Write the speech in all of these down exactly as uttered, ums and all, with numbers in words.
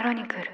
クロニクル。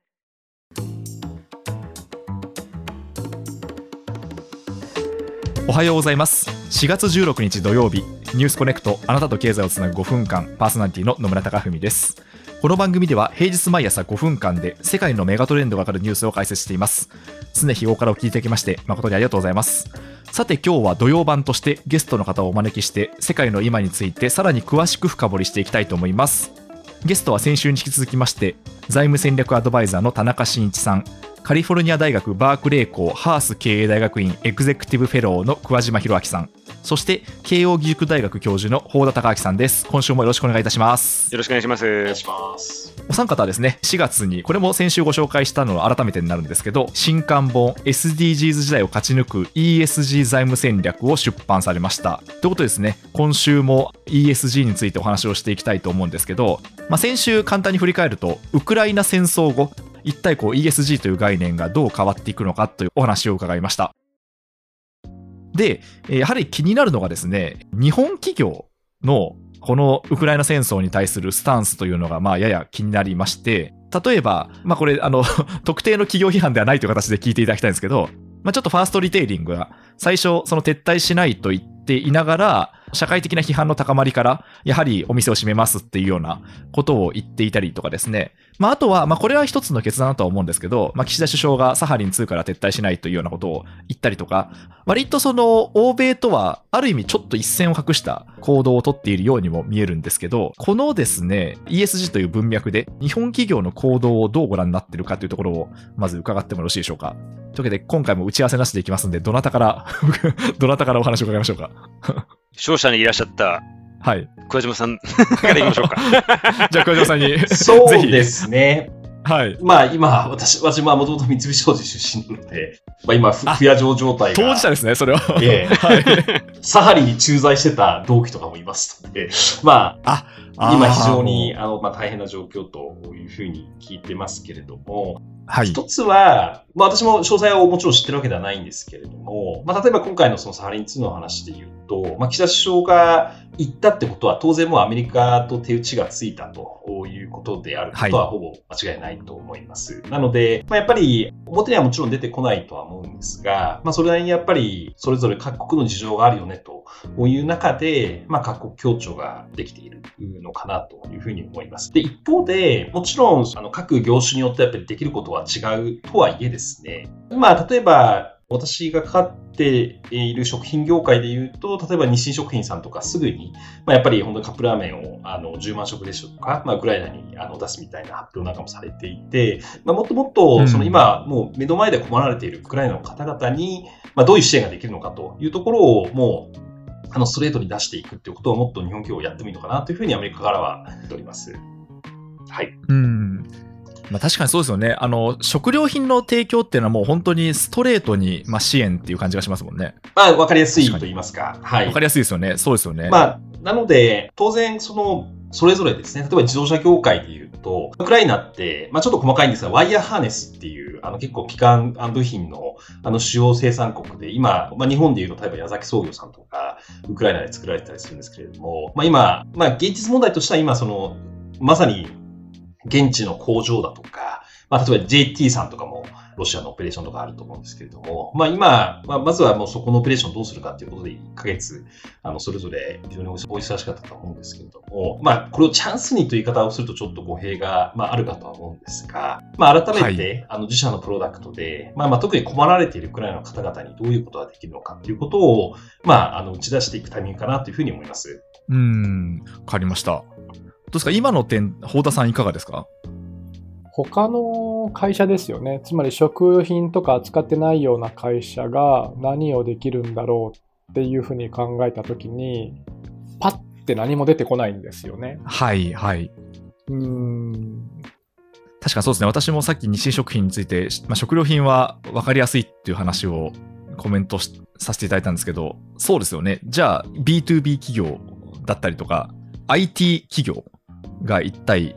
おはようございます。しがつじゅうろくにち土曜日、ニュースコネクト、あなたと経済をつなぐごふんかん、パーソナリティの野村貴文です。この番組では平日毎朝ごふんかんで世界のメガトレンドがわかるニュースを解説しています。常日頃からお聞きいただきまして誠にありがとうございます。さて今日は土曜版としてゲストの方をお招きして世界の今についてさらに詳しく深掘りしていきたいと思います。ゲストは先週に引き続きまして財務戦略アドバイザーの田中真一さん、カリフォルニア大学バークレー校ハース経営大学院エグゼクティブフェローの桑島博明さん、そして慶應義塾大学教授の法田孝明さんです。今週もよろしくお願いいたします。 よろしくお願いします。 お願いします。 お三方はですね、しがつにこれも先週ご紹介したのを改めてになるんですけど、新刊本 エスディージーズ 時代を勝ち抜く イーエスジー 財務戦略を出版されました。ということでですね、今週も イーエスジー についてお話をしていきたいと思うんですけど、まあ、先週簡単に振り返るとウクライナ戦争後一体こう イーエスジー という概念がどう変わっていくのかというお話を伺いました。で、やはり気になるのがですね、日本企業のこのウクライナ戦争に対するスタンスというのがまあやや気になりまして、例えば、まあ、これあの特定の企業批判ではないという形で聞いていただきたいんですけど、まあ、ちょっとファーストリテイリングが最初その撤退しないと言っていながら社会的な批判の高まりからやはりお店を閉めますっていうようなことを言っていたりとかですね、まあ、あとはまあこれは一つの決断だとは思うんですけど、まあ、岸田首相がサハリンツーから撤退しないというようなことを言ったりとか、割とその欧米とはある意味ちょっと一線を画した行動をとっているようにも見えるんですけど、このですね イーエスジー という文脈で日本企業の行動をどうご覧になっているかというところをまず伺ってもよろしいでしょうか。というわけで今回も打ち合わせなしでいきますので、どなたからどなたからお話を伺いましょうか。 勝者にいらっしゃったはい桑島さんからいきましょうか。 じゃあ桑島さんにそうですね。 はい。 まあ今私私はもともと三菱商事出身なので、まあ、今ふ不夜城状態が当事者ですねそれは。 ええはい、サハリンに駐在してた同期とかもいますので、まあ。あ今非常にあの、まあ、大変な状況というふうに聞いてますけれども、はい、一つは、まあ、私も詳細はもちろん知ってるわけではないんですけれども、まあ、例えば今回のそのサハリンツーの話で言うと、まあ、岸田首相が言ったってことは当然もうアメリカと手打ちがついたということであることはほぼ間違いないと思います。はい、なので、まあ、やっぱり表にはもちろん出てこないとは思うんですが、まあ、それなりにやっぱりそれぞれ各国の事情があるよねという中で、まあ、各国協調ができているのかなというふうに思います。で、一方で、もちろんあの各業種によってやっぱりできることは違うとはいえですね、今例えば私がかかっている食品業界でいうと、例えば日清食品さんとかすぐに、まあ、やっぱり本当にカップラーメンをあのじゅうまんしょくでしょうか、まあ、ウクライナにあの出すみたいな発表なんかもされていて、まあ、もっともっとその今、もう目の前で困られているウクライナの方々に、まあ、どういう支援ができるのかというところをもうあのストレートに出していくっていうことをもっと日本企業やってもいいのかなというふうにアメリカからは言っております。はい。 うんまあ、確かにそうですよね。あの食料品の提供っていうのはもう本当にストレートに、まあ、支援っていう感じがしますもんね。 まあ分かりやすいと言いますか。はい。 分かりやすいですよね。そうですよね。 まあなので当然そのそれぞれですね。例えば自動車業界でいうと、ウクライナって、まあ、ちょっと細かいんですが、ワイヤーハーネスっていう、あの結構基幹部品のあの主要生産国で、今、まあ、日本でいうと、例えば矢崎創業さんとか、ウクライナで作られてたりするんですけれども、まあ、今、まあ、現実問題としては今、その、まさに現地の工場だとか、まあ、例えば ジェイティー さんとかも、ロシアのオペレーションとかあると思うんですけれども、まあ今、まあ、まずはもうそこのオペレーションどうするかということでいっかげつ、あの、それぞれ非常にお忙しかったと思うんですけれども、まあこれをチャンスにという言い方をするとちょっと語弊が、まあ、あるかとは思うんですが、まあ改めて、はい、あの自社のプロダクトで、まあまあ特に困られているウクライナの方々にどういうことができるのかということを、まああの打ち出していくタイミングかなというふうに思います。 うーん、わかりました。どうですか、今の点、法田さんいかがですか？ 他の会社ですよね。つまり食品とか扱ってないような会社が何をできるんだろうっていうふうに考えたときに、パッて何も出てこないんですよね。 はいはい。 うーん。 確かにそうですね。私もさっき日清食品について、まあ、食料品は分かりやすいっていう話をコメントしさせていただいたんですけど、そうですよね。じゃあ ビーツービー 企業だったりとか アイティー 企業が一体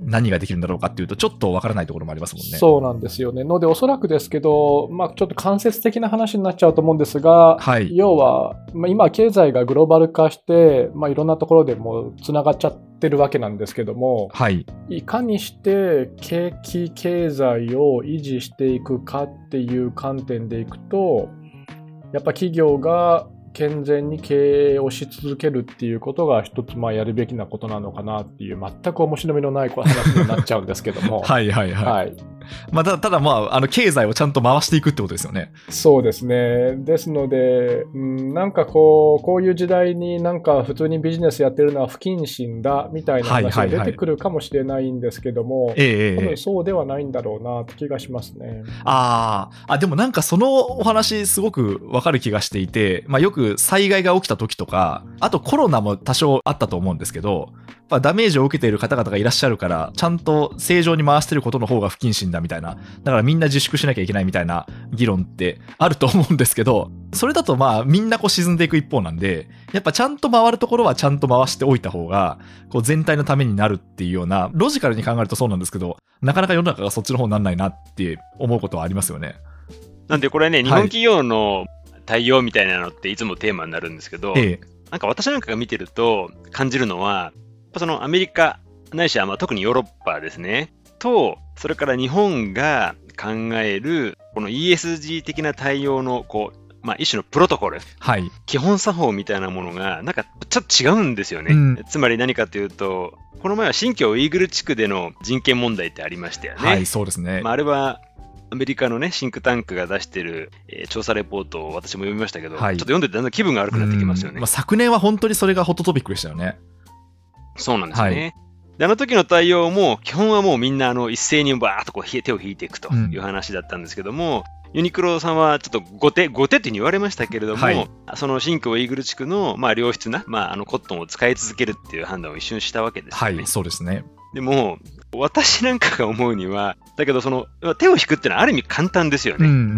何ができるんだろうかっていうとちょっとわからないところもありますもんね。 そうなんですよね。のでおそらくですけど、まあ、ちょっと間接的な話になっちゃうと思うんですが、 はい、 要は、まあ、今経済がグローバル化して、まあ、いろんなところでもうつながっちゃってるわけなんですけども、 はい、 いかにして景気経済を維持していくかっていう観点でいくと、やっぱ企業が健全に経営をし続けるっていうことが一つまあやるべきなことなのかなっていう、全く面白みのない話になっちゃうんですけどもはいはいはい、はい、まあ、ただ、ただまあ、あの経済をちゃんと回していくってことですよね。 そうですね。ですので、うん、なんかこうこういう時代になんか普通にビジネスやってるのは不謹慎だみたいな話が出てくるかもしれないんですけども、多分そうではないんだろうなって気がしますね。 ああ、でもなんかそのお話すごくわかる気がしていて、まあ、よく災害が起きた時とか、あとコロナも多少あったと思うんですけど、まあ、ダメージを受けている方々がいらっしゃるからちゃんと正常に回してることの方が不謹慎だみたいな、だからみんな自粛しなきゃいけないみたいな議論ってあると思うんですけど、それだとまあみんなこう沈んでいく一方なんで、やっぱちゃんと回るところはちゃんと回しておいた方がこう全体のためになるっていうような、ロジカルに考えるとそうなんですけど、なかなか世の中がそっちの方にならないなって思うことはありますよね。 なんでこれね、日本企業の対応みたいなのっていつもテーマになるんですけど、 ええ、 なんか私なんかが見てると感じるのは、そのアメリカないしはまあ特にヨーロッパですねと、それから日本が考えるこの イーエスジー 的な対応のこう、まあ、一種のプロトコル、 はい、 基本作法みたいなものがなんかちょっと違うんですよね、うん、つまり何かというと、この前は新疆ウイグル地区での人権問題ってありましたよね。 はい、そうですね。 まあ、あれはアメリカのねシンクタンクが出してる、えー、調査レポートを私も読みましたけど、はい、ちょっと読んでてだんだん気分が悪くなってきますよね。 まあ、昨年は本当にそれがホットトピックでしたよね。 そうなんですよね、はい。であの時の対応も基本はもうみんなあの一斉にバーッとこう手を引いていくという話だったんですけども、うん、ユニクロさんはちょっと後手後手って言われましたけれども、はい、その新疆ウイグル地区のまあ良質な、まあ、あのコットンを使い続けるっていう判断を一瞬したわけですよね。 はい、そうですね。 でも私なんかが思うには、だけどその手を引くっていうのはある意味簡単ですよね、うんうんうん、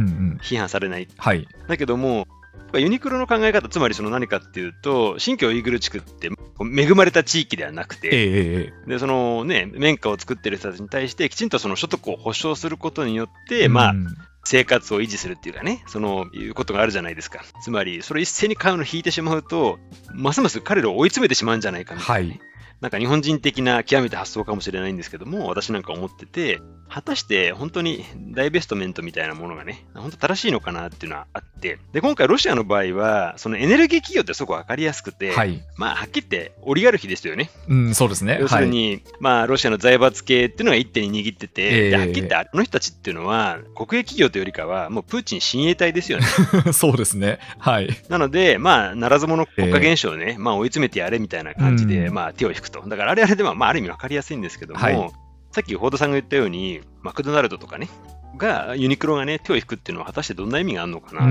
批判されない、 はい、 だけどもユニクロの考え方、つまりその何かっていうと、新疆ウイグル地区って恵まれた地域ではなくて、 えー、 でそのね、綿花を作ってる人たちに対してきちんとその所得を保障することによって、うん、まあ生活を維持するっていうかね、そのいうことがあるじゃないですか。つまりそれ一斉に買うの引いてしまうと、ますます彼らを追い詰めてしまうんじゃないかみたいな、はい、なんか日本人的な極めて発想かもしれないんですけども、私なんか思ってて、果たして本当にダイベストメントみたいなものがね、本当正しいのかなっていうのはあって、で今回ロシアの場合はそのエネルギー企業ってすごく分かりやすくて、はい、まあはっきり言ってオリガルヒですよね。 うん、そうですね。 要するに、はい、まあロシアの財閥系っていうのが一手に握ってて、えー、ではっきり言ってあの人たちっていうのは国営企業というよりかはもうプーチン親衛隊ですよね。 そうですね。はい。 なのでまあならず者国家現象をね、えー、まあ追い詰めてやれみたいな感じで、うん、まあ手を引くと。だからあれあれではまあある意味分かりやすいんですけども。はい、さっき報道さんが言ったようにマクドナルドとかねがユニクロがね手を引くっていうのは果たしてどんな意味があるのかなと、うん、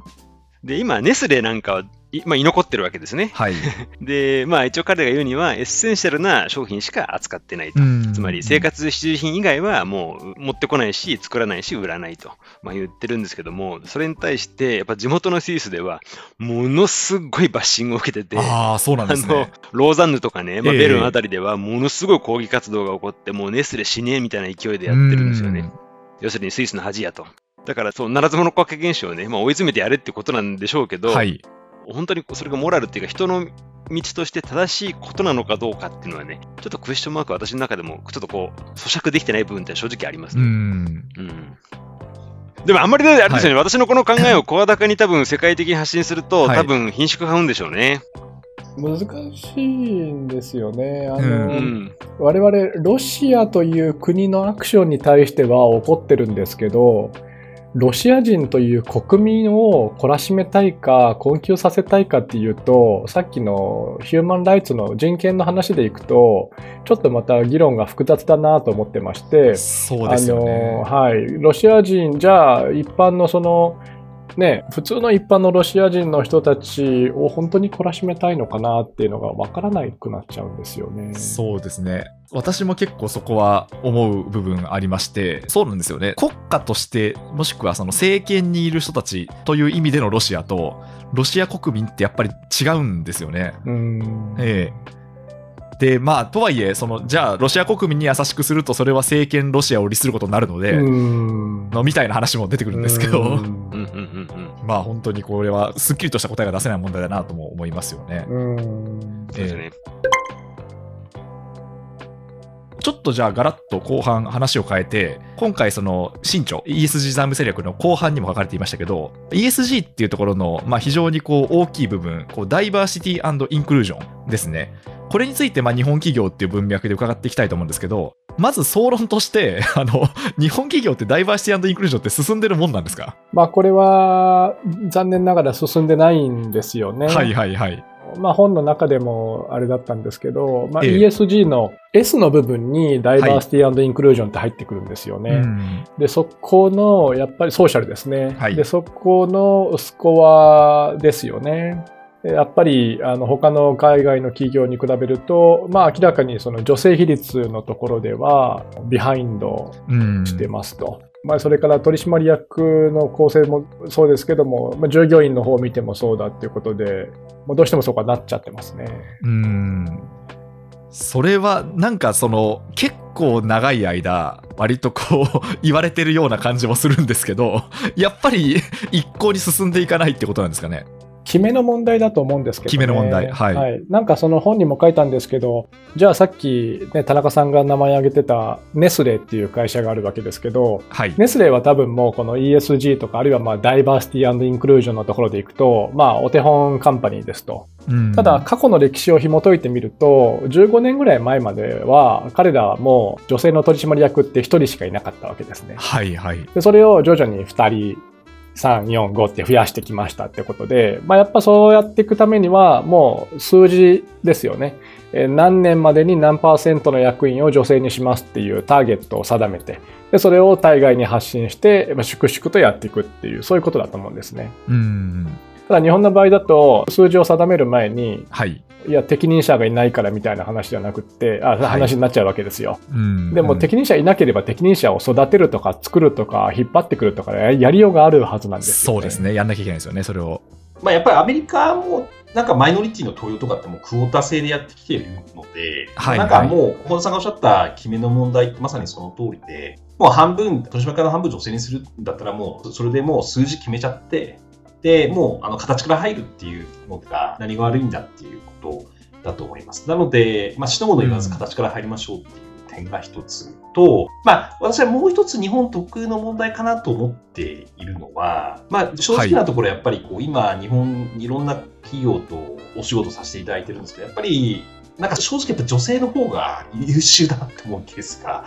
で今ネスレなんかはまあ、居残ってるわけですね、 はい、 でまあ一応彼が言うにはエッセンシャルな商品しか扱ってないと、つまり生活必需品以外はもう持ってこないし作らないし売らないと、まあ、言ってるんですけども、それに対してやっぱ地元のスイスではものすごいバッシングを受けてて、 ああそうなんですね。 あのローザンヌとかね、まあ、ベルンあたりではものすごい抗議活動が起こって、もうネスレ死ねみたいな勢いでやってるんですよね。要するにスイスの恥やと。だからそうならず者国家現象をね、まあ、追い詰めてやれってことなんでしょうけど、はい、本当にそれがモラルっていうか人の道として正しいことなのかどうかっていうのはね、ちょっとクエスチョンマーク私の中でもちょっとこう咀嚼できてない部分って正直ありますね。うん、うん、でもあんまりねあれですよね、はい、私のこの考えを声高に多分世界的に発信すると、はい、多分品種が買うんでしょうね。 難しいんですよね。あの、うん、我々ロシアという国のアクションに対しては怒ってるんですけど、ロシア人という国民を懲らしめたいか困窮させたいかっていうと、さっきのヒューマンライツの人権の話でいくとちょっとまた議論が複雑だなと思ってまして、 そうですよね。 あの、はい、ロシア人じゃあ一般のそのね、普通の一般のロシア人の人たちを本当に懲らしめたいのかなっていうのが分からなくなっちゃうんですよね。 そうですね。私も結構そこは思う部分ありまして、そうなんですよね。国家としてもしくはその政権にいる人たちという意味でのロシアとロシア国民ってやっぱり違うんですよね。うーん、ええで、まあ、とはいえ、その、じゃあ、ロシア国民に優しくすると、それは政権ロシアを利することになるので、のみたいな話も出てくるんですけど、まあ、本当にこれは、すっきりとした答えが出せない問題だなとも思いますよね。うんそうですね。ちょっとじゃあガラッと後半話を変えて、今回その新著 イーエスジー 財務戦略の後半にも書かれていましたけど、 イーエスジー っていうところのまあ非常にこう大きい部分、こうダイバーシティ&インクルージョンですね。これについてまあ日本企業っていう文脈で伺っていきたいと思うんですけど、まず総論としてあの日本企業ってダイバーシティ&インクルージョンって進んでるもんなんですか？ まあこれは残念ながら進んでないんですよね。 はいはいはい。 まあ本の中でもあれだったんですけど、まあ、イーエスジー の S の部分にダイバーシティ&インクルージョンって入ってくるんですよね。はい、で、そこのやっぱりソーシャルですね。はい、で、そこのスコアですよね。やっぱりあの他の海外の企業に比べると、まあ明らかにその女性比率のところではビハインドしてますと。まあ、それから取締役の構成もそうですけども、まあ、従業員の方を見てもそうだっていうことで、もうどうしてもそこはなっちゃってますね。 うーん。それはなんかその結構長い間割とこう言われてるような感じもするんですけど、やっぱり一向に進んでいかないってことなんですかね。 決めの問題だと思うんですけどね。 決めの問題、はい、はい。 なんかその本にも書いたんですけど、じゃあさっき、ね、田中さんが名前挙げてたネスレっていう会社があるわけですけど、はい、ネスレは多分もうこの イーエスジー とかあるいはまあダイバーシティ&インクルージョンのところでいくと、まあお手本カンパニーですと。うん、ただ過去の歴史を紐解いてみると、じゅうごねんぐらい前までは彼らはもう女性の取締役ってひとりしかいなかったわけですね。 はいはい。 でそれを徐々にふたり、さん、よん、ごって増やしてきましたってことで、まあ、やっぱそうやっていくためにはもう数字ですよね。え何年までに何パーセントの役員を女性にしますっていうターゲットを定めて、でそれを対外に発信して粛々とやっていくっていうそういうことだと思うんですね。うん。ただ日本の場合だと数字を定める前に、はい、いや適任者がいないからみたいな話じゃなくって、あ、話になっちゃうわけですよ。はい、うんでも適任者いなければ適任者を育てるとか作るとか引っ張ってくるとかやりようがあるはずなんですよね。 そうですね。やんなきゃいけないですよね、それを。 まあ、やっぱりアメリカもなんかマイノリティの登用とかってもうクオータ制でやってきているので、はいはい、なんかもう本田さんがおっしゃった決めの問題ってまさにその通りで、もう半分取締役の半分女性にするんだったらもうそれでもう数字決めちゃって、でもうあの形から入るっていうのが何が悪いんだっていうことだと思います。なので、まあ、死のもの言わず形から入りましょうっていう点が一つと、まあ、私はもう一つ日本特有の問題かなと思っているのは、まあ、正直なところやっぱりこう今日本いろんな企業とお仕事させていただいてるんですけど、やっぱりなんか正直やっぱ女性の方が優秀だなと思うんですが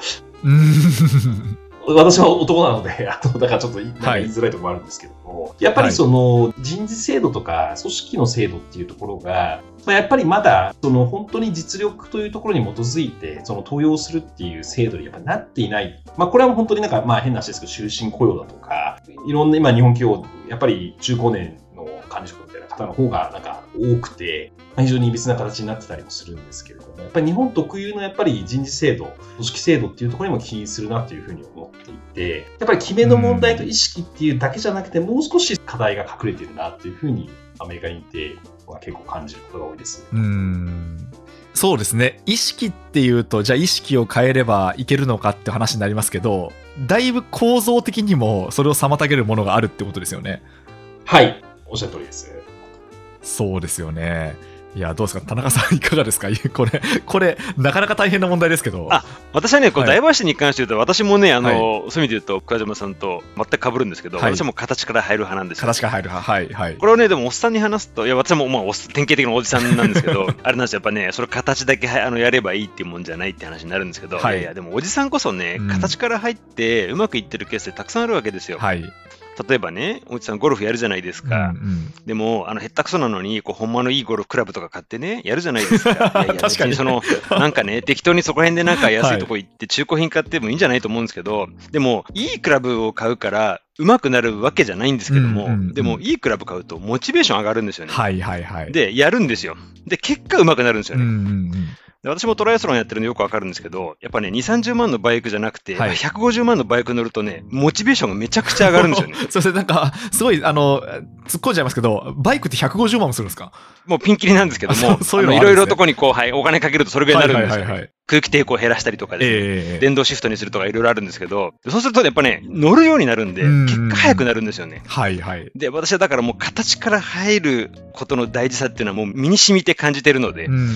私は男なので、あのだからちょっと言いづらいところもあるんですけども、はい、やっぱりその人事制度とか組織の制度っていうところが、まあ、やっぱりまだその本当に実力というところに基づいてその登用するっていう制度にやっぱなっていない。まあこれは本当になんかまあ変な話ですけど終身雇用だとか、いろんな今日本企業やっぱり中高年の管理職みたいな方の方がなんか多くて、非常に別な形になってたりもするんですけれども、やっぱり日本特有のやっぱり人事制度、組織制度っていうところにも起因するなというふうに思っていて、やっぱり決めの問題と意識っていうだけじゃなくて、もう少し課題が隠れているなというふうにアメリカにいては結構感じることが多いです。 うーんそうですね。意識っていうと、じゃあ意識を変えればいけるのかって話になりますけど、だいぶ構造的にもそれを妨げるものがあるってことですよね。 はい、おっしゃる通りです。 そうですよね。いや、どうですか、田中さんいかがですかこれ、これ、なかなか大変な問題ですけど。 あ、私はね、こう、ダイバーシティに関して言うと、私もね、あの、はい、そういう意味で言うと、桑島さんと全く被るんですけど、はい、私はもう形から入る派なんですよ。 形から入る派、はい、はい。 これをね、でも、おっさんに話すと、いや、私はもう、まあ、典型的なおじさんなんですけど、あれなんですよ、やっぱね、それ形だけあのやればいいっていうもんじゃないって話になるんですけど、はい、いやいや、でも、おじさんこそね、うん、形から入って、うまくいってるケースってたくさんあるわけですよ。はい。例えばね、おじさんゴルフやるじゃないですか。うんうん、でも、あの、へったくそなのに、こう、ほんまのいいゴルフクラブとか買ってね、やるじゃないですか。いやいや、確かにその、なんかね、適当にそこら辺でなんか安いとこ行って中古品買ってもいいんじゃないと思うんですけど、でも、いいクラブを買うから、上手くなるわけじゃないんですけども、うんうんうん、でも、いいクラブ買うと、モチベーション上がるんですよね。 はいはいはい。 で、やるんですよ。で、結果上手くなるんですよね。うんうんうんで私もトライアスロンやってるのよくわかるんですけど、やっぱね、にじゅう、さんじゅうまんのバイクじゃなくて、はい、ひゃくごじゅうまんのバイク乗るとね、モチベーションがめちゃくちゃ上がるんですよね。 それなんか、すごい、あの、突っ込んじゃいますけど、バイクってひゃくごじゅうまんもするんですか？ もうピンキリなんですけども、そういうのいろいろとこにこう、はい、お金かけるとそれぐらいになるんですよ、ね。はいはいはいはい、空気抵抗を減らしたりとかですね、えー、電動シフトにするとかいろいろあるんですけど、そうするとやっぱね、乗るようになるんで、結果早くなるんですよね。 はいはい。 で、私はだからもう形から入ることの大事さっていうのはもう身に染みて感じてるので、うんうんうん、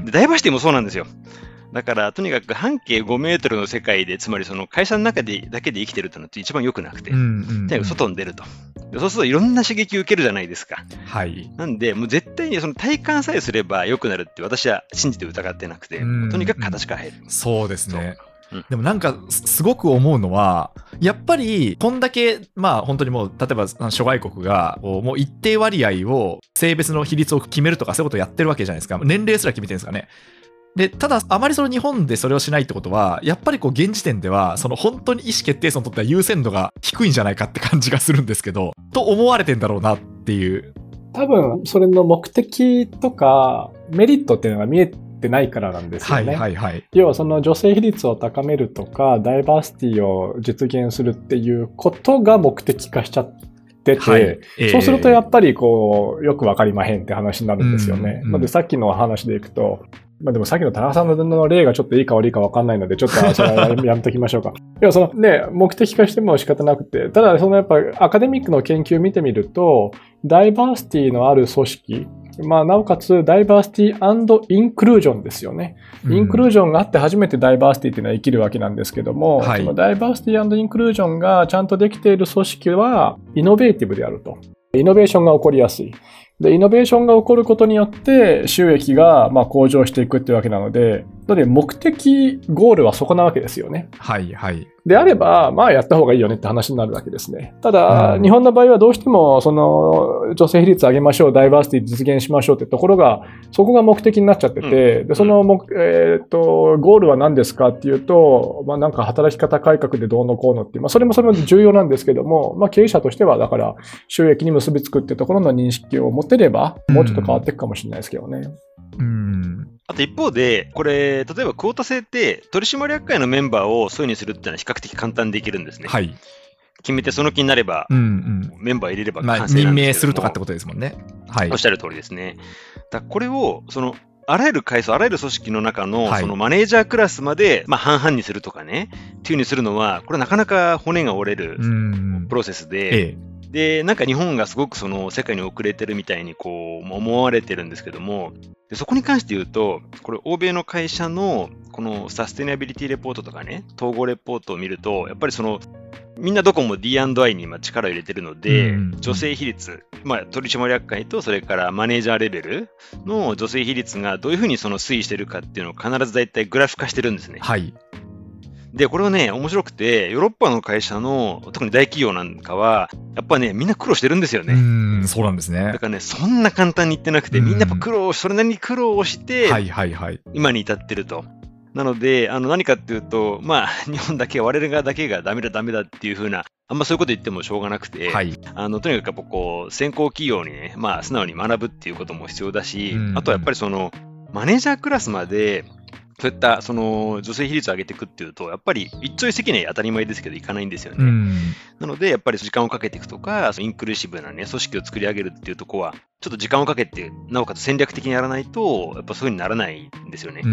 でダイバーシティもそうなんですよ。だからとにかく半径ごメートルの世界で、つまりその会社の中でだけで生きてるってのって一番良くなくて、うんうんうん、とにかく外に出ると。でそうするといろんな刺激を受けるじゃないですか。はい。なんで、もう絶対にその体感さえすれば良くなるって私は信じて疑ってなくて、うんうん、とにかく形から入る。 そうですね。うん、でもなんかすごく思うのは、やっぱりこんだけまあ本当にもう例えば諸外国がもう一定割合を性別の比率を決めるとかそういうことをやってるわけじゃないですか。年齢すら決めてるんですかね。でただあまりその日本でそれをしないってことはやっぱりこう現時点ではその本当に意思決定層にとっては優先度が低いんじゃないかって感じがするんですけど、と思われてんだろうなっていう。 多分それの目的とかメリットっていうのが見えてってないからなんですよね。はいはいはい、要はその女性比率を高めるとかダイバーシティを実現するっていうことが目的化しちゃってて、はいえー、そうするとやっぱりこうよくわかりまへんって話になるんですよね。うんうん、なのでさっきの話でいくと、まあ、でもさっきの田中さんの例がちょっといいか悪いかわかんないのでちょっとそれはやめときましょうか。要はそのね目的化しても仕方なくて、ただそのやっぱアカデミックの研究見てみるとダイバーシティのある組織、まあ、なおかつダイバーシティ&インクルージョンですよね。インクルージョンがあって初めてダイバーシティっていうのは生きるわけなんですけども、はい、そのダイバーシティ&インクルージョンがちゃんとできている組織はイノベーティブであると。イノベーションが起こりやすい。で、イノベーションが起こることによって収益がまあ向上していくっていうわけなので、なので目的、ゴールはそこなわけですよね。 はいはい。 であれば、まあやった方がいいよねって話になるわけですね。ただ、うん、日本の場合はどうしても、その、女性比率上げましょう、ダイバーシティ実現しましょうってところが、そこが目的になっちゃってて、うん、で、その、えっと、ゴールは何ですかっていうと、まあなんか働き方改革でどうのこうのっていう、まあそれもそれも重要なんですけども、まあ経営者としては、だから収益に結びつくっていうところの認識を持てれば、もうちょっと変わっていくかもしれないですけどね。 うんうんあと一方で、これ、例えばクオータ制って取締役会のメンバーをそういうにするっていうのは比較的簡単にできるんですね。はい。決めてその気になれば、うんうん、メンバー入れれば完成なんですけども、 まあ、任命するとかってことですもんね。はい。 おっしゃる通りですね。だこれを、その、あらゆる階層、あらゆる組織の中の、そのマネージャークラスまで、まあ、半々にするとかね、っていうふうにするのは、これなかなか骨が折れるプロセスで、ええで、なんか日本がすごくその世界に遅れてるみたいにこう思われてるんですけども、でそこに関して言うと、これ欧米の会社のこのサステナビリティレポートとかね、統合レポートを見ると、やっぱりそのみんなどこも ディーアンドアイ に今力を入れてるので、うん、女性比率、まあ、取締役会とそれからマネージャーレベルの女性比率がどういうふうにその推移してるかっていうのを必ずだいたいグラフ化してるんですね。はい。で、これはね、面白くて、ヨーロッパの会社の、特に大企業なんかは、やっぱね、みんな苦労してるんですよね。うーん、そうなんですね。 だからね、そんな簡単に言ってなくて、みんなやっぱ苦労、それなりに苦労をして、 はいはいはい。 今に至ってると。なので、あの、何かっていうと、まあ、日本だけ、我々がだけがダメだダメだっていう風な、あんまそういうこと言ってもしょうがなくて、はい、あの、とにかくやっぱこう、先行企業にね、まあ、素直に学ぶっていうことも必要だし、あとはやっぱりその、マネージャークラスまで、そういったその女性比率を上げていくっていうと、やっぱり一朝一夕に当たり前ですけどいかないんですよね。うん、なので、やっぱり時間をかけていくとか、インクルーシブなね、組織を作り上げるっていうところは、ちょっと時間をかけて、なおかつ戦略的にやらないと、やっぱそういう風にならないんですよね。 うん、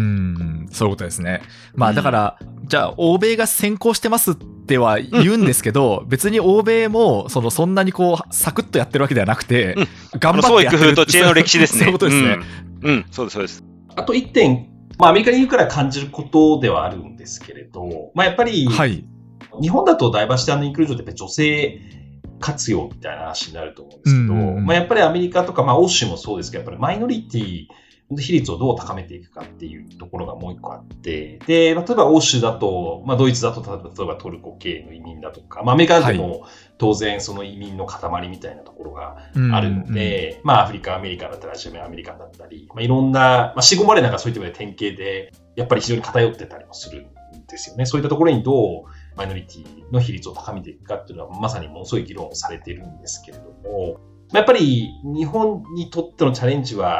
そういうことですね。まあだから、うん、じゃあ、欧米が先行してますっては言うんですけど、うん、別に欧米もそのそんなにこう、サクッとやってるわけではなくて、うん、頑張ってやってる。 創意工夫と知恵の歴史ですね。 そういうことですね。 うん、うん、そうです、そうです。 あといってん、まあアメリカにいるから感じることではあるんですけれど、まあやっぱり、はい、日本だとダイバーシティ&インクルージョンってやっぱり女性活用みたいな話になると思うんですけど、うんうん、まあやっぱりアメリカとか、まあ欧州もそうですけど、やっぱりマイノリティ比率をどう高めていくかっていうところがもう一個あって、で、例えば欧州だと、まあドイツだと例えばトルコ系の移民だとか、まあアメリカでも当然その移民の塊みたいなところがあるので、うんうん、まあアフリカ、アメリカだったり、アジアアメリカだったり、まあいろんな、まあシゴマレなんかそういった意味で典型で、やっぱり非常に偏ってたりもするんですよね。そういったところにどうマイノリティの比率を高めていくかっていうのはまさにものすごい議論をされているんですけれども、やっぱり日本にとってのチャレンジは、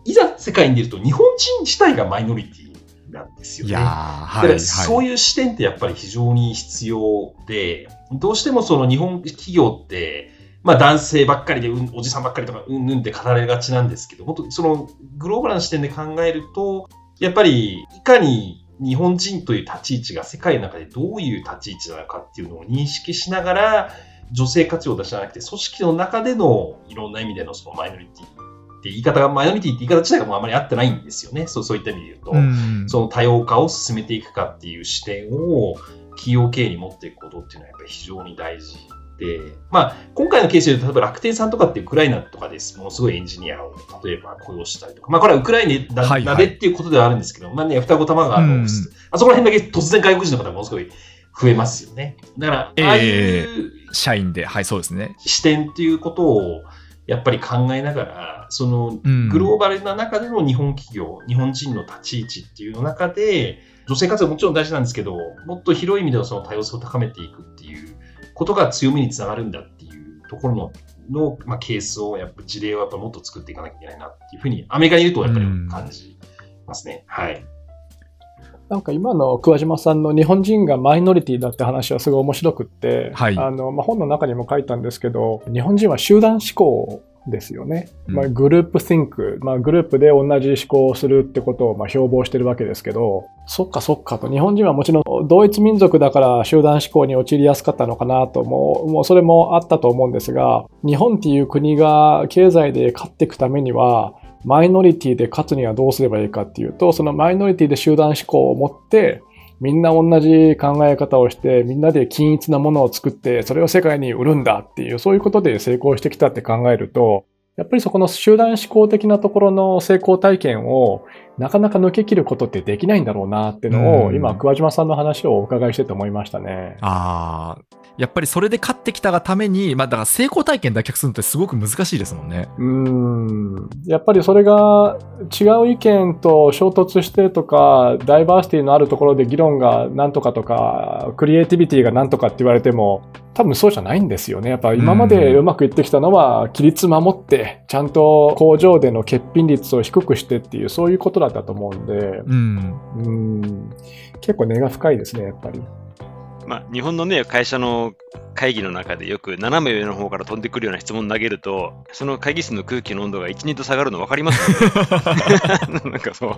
いざ世界に出ると日本人自体がマイノリティなんですよね。いや、はい、だからそういう視点ってやっぱり非常に必要で、どうしてもその日本企業って、まあ男性ばっかりで、うん、おじさんばっかりとかうんぬんって語られがちなんですけど、本当そのグローバルな視点で考えると、やっぱりいかに日本人という立ち位置が世界の中でどういう立ち位置なのかっていうのを認識しながら、女性価値を出しなくて、組織の中でのいろんな意味でのそのマイノリティって言い方が、マイノリティって言い方自体がもうあまり合ってないんですよね。そう、そういった意味で言うと、うん、その多様化を進めていくかっていう視点を企業経営に持っていくことっていうのはやっぱり非常に大事で、まあ、今回のケースで例えば楽天さんとかってウクライナとかです、ものすごいエンジニアを例えば雇用したりとか、まあこれはウクライナなでっていうことではあるんですけど、はいはい、まあね、双子玉川のオフィス、うん、あそこら辺だけ突然外国人の方がものすごい増えますよね。だから、ああいう、えー、 社員で、はい、そうですね。 視点っていうことをやっぱり考えながら、そのグローバルな中での日本企業、うん、日本人の立ち位置っていうの中で、女性活動もちろん大事なんですけど、もっと広い意味ではその多様性を高めていくっていうことが強みにつながるんだっていうところの、のまあ、ケースを、やっぱ事例をやっぱもっと作っていかなきゃいけないなっていうふうに、アメリカにいるとやっぱり感じますね。うん、はい。 なんか今の桑島さんの日本人がマイノリティだって話はすごい面白くって、はい、あのまあ、本の中にも書いたんですけど、日本人は集団思考ですよね。うん、まあ、グループ think、まあ、グループで同じ思考をするってことをまあ標榜してるわけですけど、そっかそっかと、日本人はもちろん同一民族だから集団思考に陥りやすかったのかなと、もう、もうそれもあったと思うんですが、日本っていう国が経済で勝っていくためには、マイノリティで勝つにはどうすればいいかっていうと、そのマイノリティで集団思考を持って、みんな同じ考え方をして、みんなで均一なものを作って、それを世界に売るんだっていう、そういうことで成功してきたって考えると、やっぱりそこの集団思考的なところの成功体験をなかなか抜け切ることってできないんだろうなっていうのを、今、桑島さんの話をお伺いしてて思いましたね。 ああ。やっぱりそれで勝ってきたがために、まあだから成功体験脱却するのってすごく難しいですもんね。 うーん。やっぱりそれが違う意見と衝突してとか、ダイバーシティのあるところで議論がなんとかとか、クリエイティビティがなんとかって言われても、多分そうじゃないんですよね。やっぱ今までうまくいってきたのは、規律守って、ちゃんと工場での欠品率を低くしてっていう、そういうことだったと思うんで、うん、うーん結構根が深いですね、やっぱり。 まあ、日本のね、会社の会議の中でよく斜め上の方から飛んでくるような質問投げると、その会議室の空気の温度がいち、にど下がるの分かりますよね。なんかそう。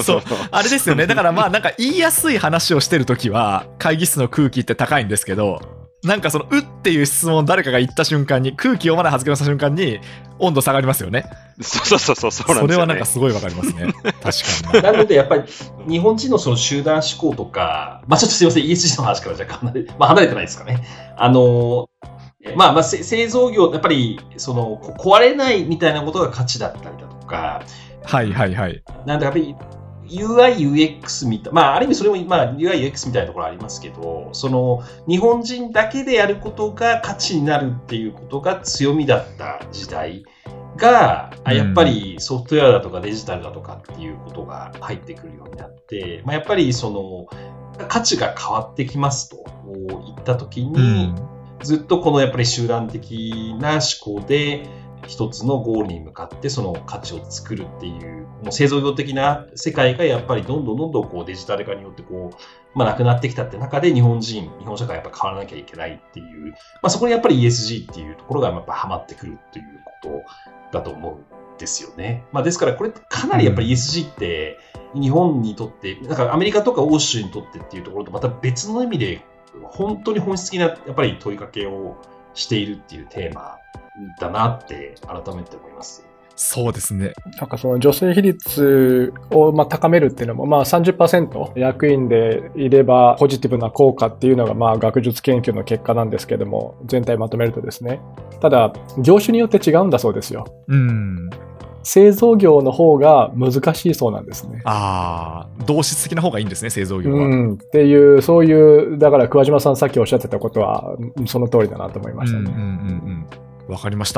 そう。あれですよね。だからまあなんか言いやすい話をしてるときは、会議室の空気って高いんですけど、なんかそのうっていう質問を誰かが言った瞬間に、空気読まない発言をした瞬間に温度下がりますよね。 そうそうそうそうなんですよね。 それはなんかすごいわかりますね。確かに。 なのでやっぱり日本人のその集団思考とか、まあちょっとすいません イーエスジー の話から若干離れ、まあ離れてないですかね。あのまあまあ製造業やっぱりその壊れないみたいなことが価値だったりだとか、 はいはいはい。 なんでやっぱりユーアイ、ユーエックス みたいな、まあある意味それもまあ ユーアイ、ユーエックス みたいなところありますけど、その日本人だけでやることが価値になるっていうことが強みだった時代が、うん、やっぱりソフトウェアだとかデジタルだとかっていうことが入ってくるようになって、まあ、やっぱりその価値が変わってきますと言ったときに、うん、ずっとこのやっぱり集団的な思考で一つのゴールに向かってその価値を作るっていうもう製造業的な世界がやっぱりどんどんどんどんこうデジタル化によってこう、まあ、なくなってきたって中で日本人、日本社会はやっぱ変わらなきゃいけないっていう、まあ、そこにやっぱり イーエスジー っていうところがやっぱはまってくるということだと思うんですよね。まあ、ですからこれかなりやっぱり イーエスジー って日本にとって、なんかアメリカとか欧州にとってっていうところとまた別の意味で本当に本質的なやっぱり問いかけをしているっていうテーマだなって改めて思います。 そうですね。 なんかその女性比率をまあ高めるっていうのもまあ さんじゅっパーセント 役員でいればポジティブな効果っていうのがまあ学術研究の結果なんですけども、全体まとめるとですね。ただ業種によって違うんだそうですよ。うん。製造業の方が難しいそうなんですね。 ああ、同質的な方がいいんですね、製造業は。 うん、っていう、そういう、だから桑島さんさっきおっしゃってたことはその通りだなと思いましたね。うんうんうんうん。わかりました。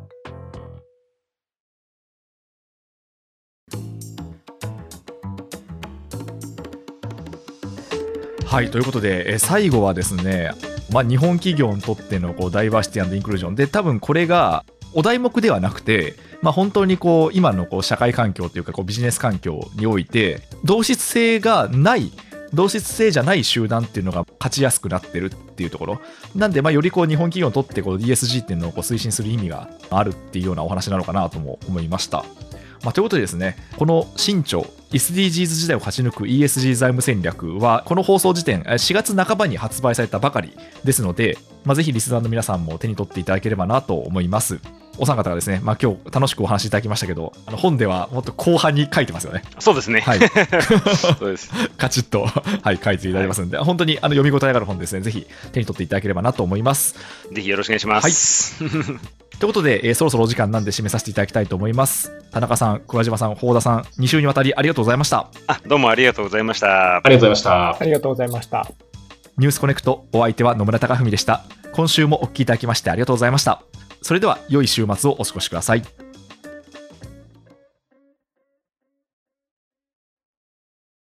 はい、ということで、え最後はですね、まあ、日本企業にとってのこうダイバーシティ&インクルージョンで、多分これがお題目ではなくて、まあ、本当にこう今のこう社会環境というかこうビジネス環境において同質性がない同質性じゃない集団っていうのが勝ちやすくなってるっていうところなんで、まあよりこう日本企業にとってこう イーエスジー っていうのをこう推進する意味があるっていうようなお話なのかなとも思いました。まあ、ということでですね、この新潮 エスディージーズ 時代を勝ち抜く イーエスジー 財務戦略はこの放送時点しがつなかばに発売されたばかりですので、まあ、ぜひリスナーの皆さんも手に取っていただければなと思います。お三方がですね、まあ、今日楽しくお話しいただきましたけど、あの本ではもっと後半に書いてますよね。 そうですね。 はい。 そうです。 カチッと、はい、書いていただきますので、はい、本当にあの読み応えがある本ですね。ぜひ手に取っていただければなと思います。 ぜひよろしくお願いします。 はい。ということで、えー、そろそろお時間なんで締めさせていただきたいと思います。田中さん、桑島さん、法田さん、に週にわたりありがとうございました。 あ、どうもありがとうございました。 ありがとうございました。 ありがとうございました。 ニュースコネクト、お相手は野村貴文でした。今週もお聞きいただきましてありがとうございました。それでは良い週末をお過ごしください。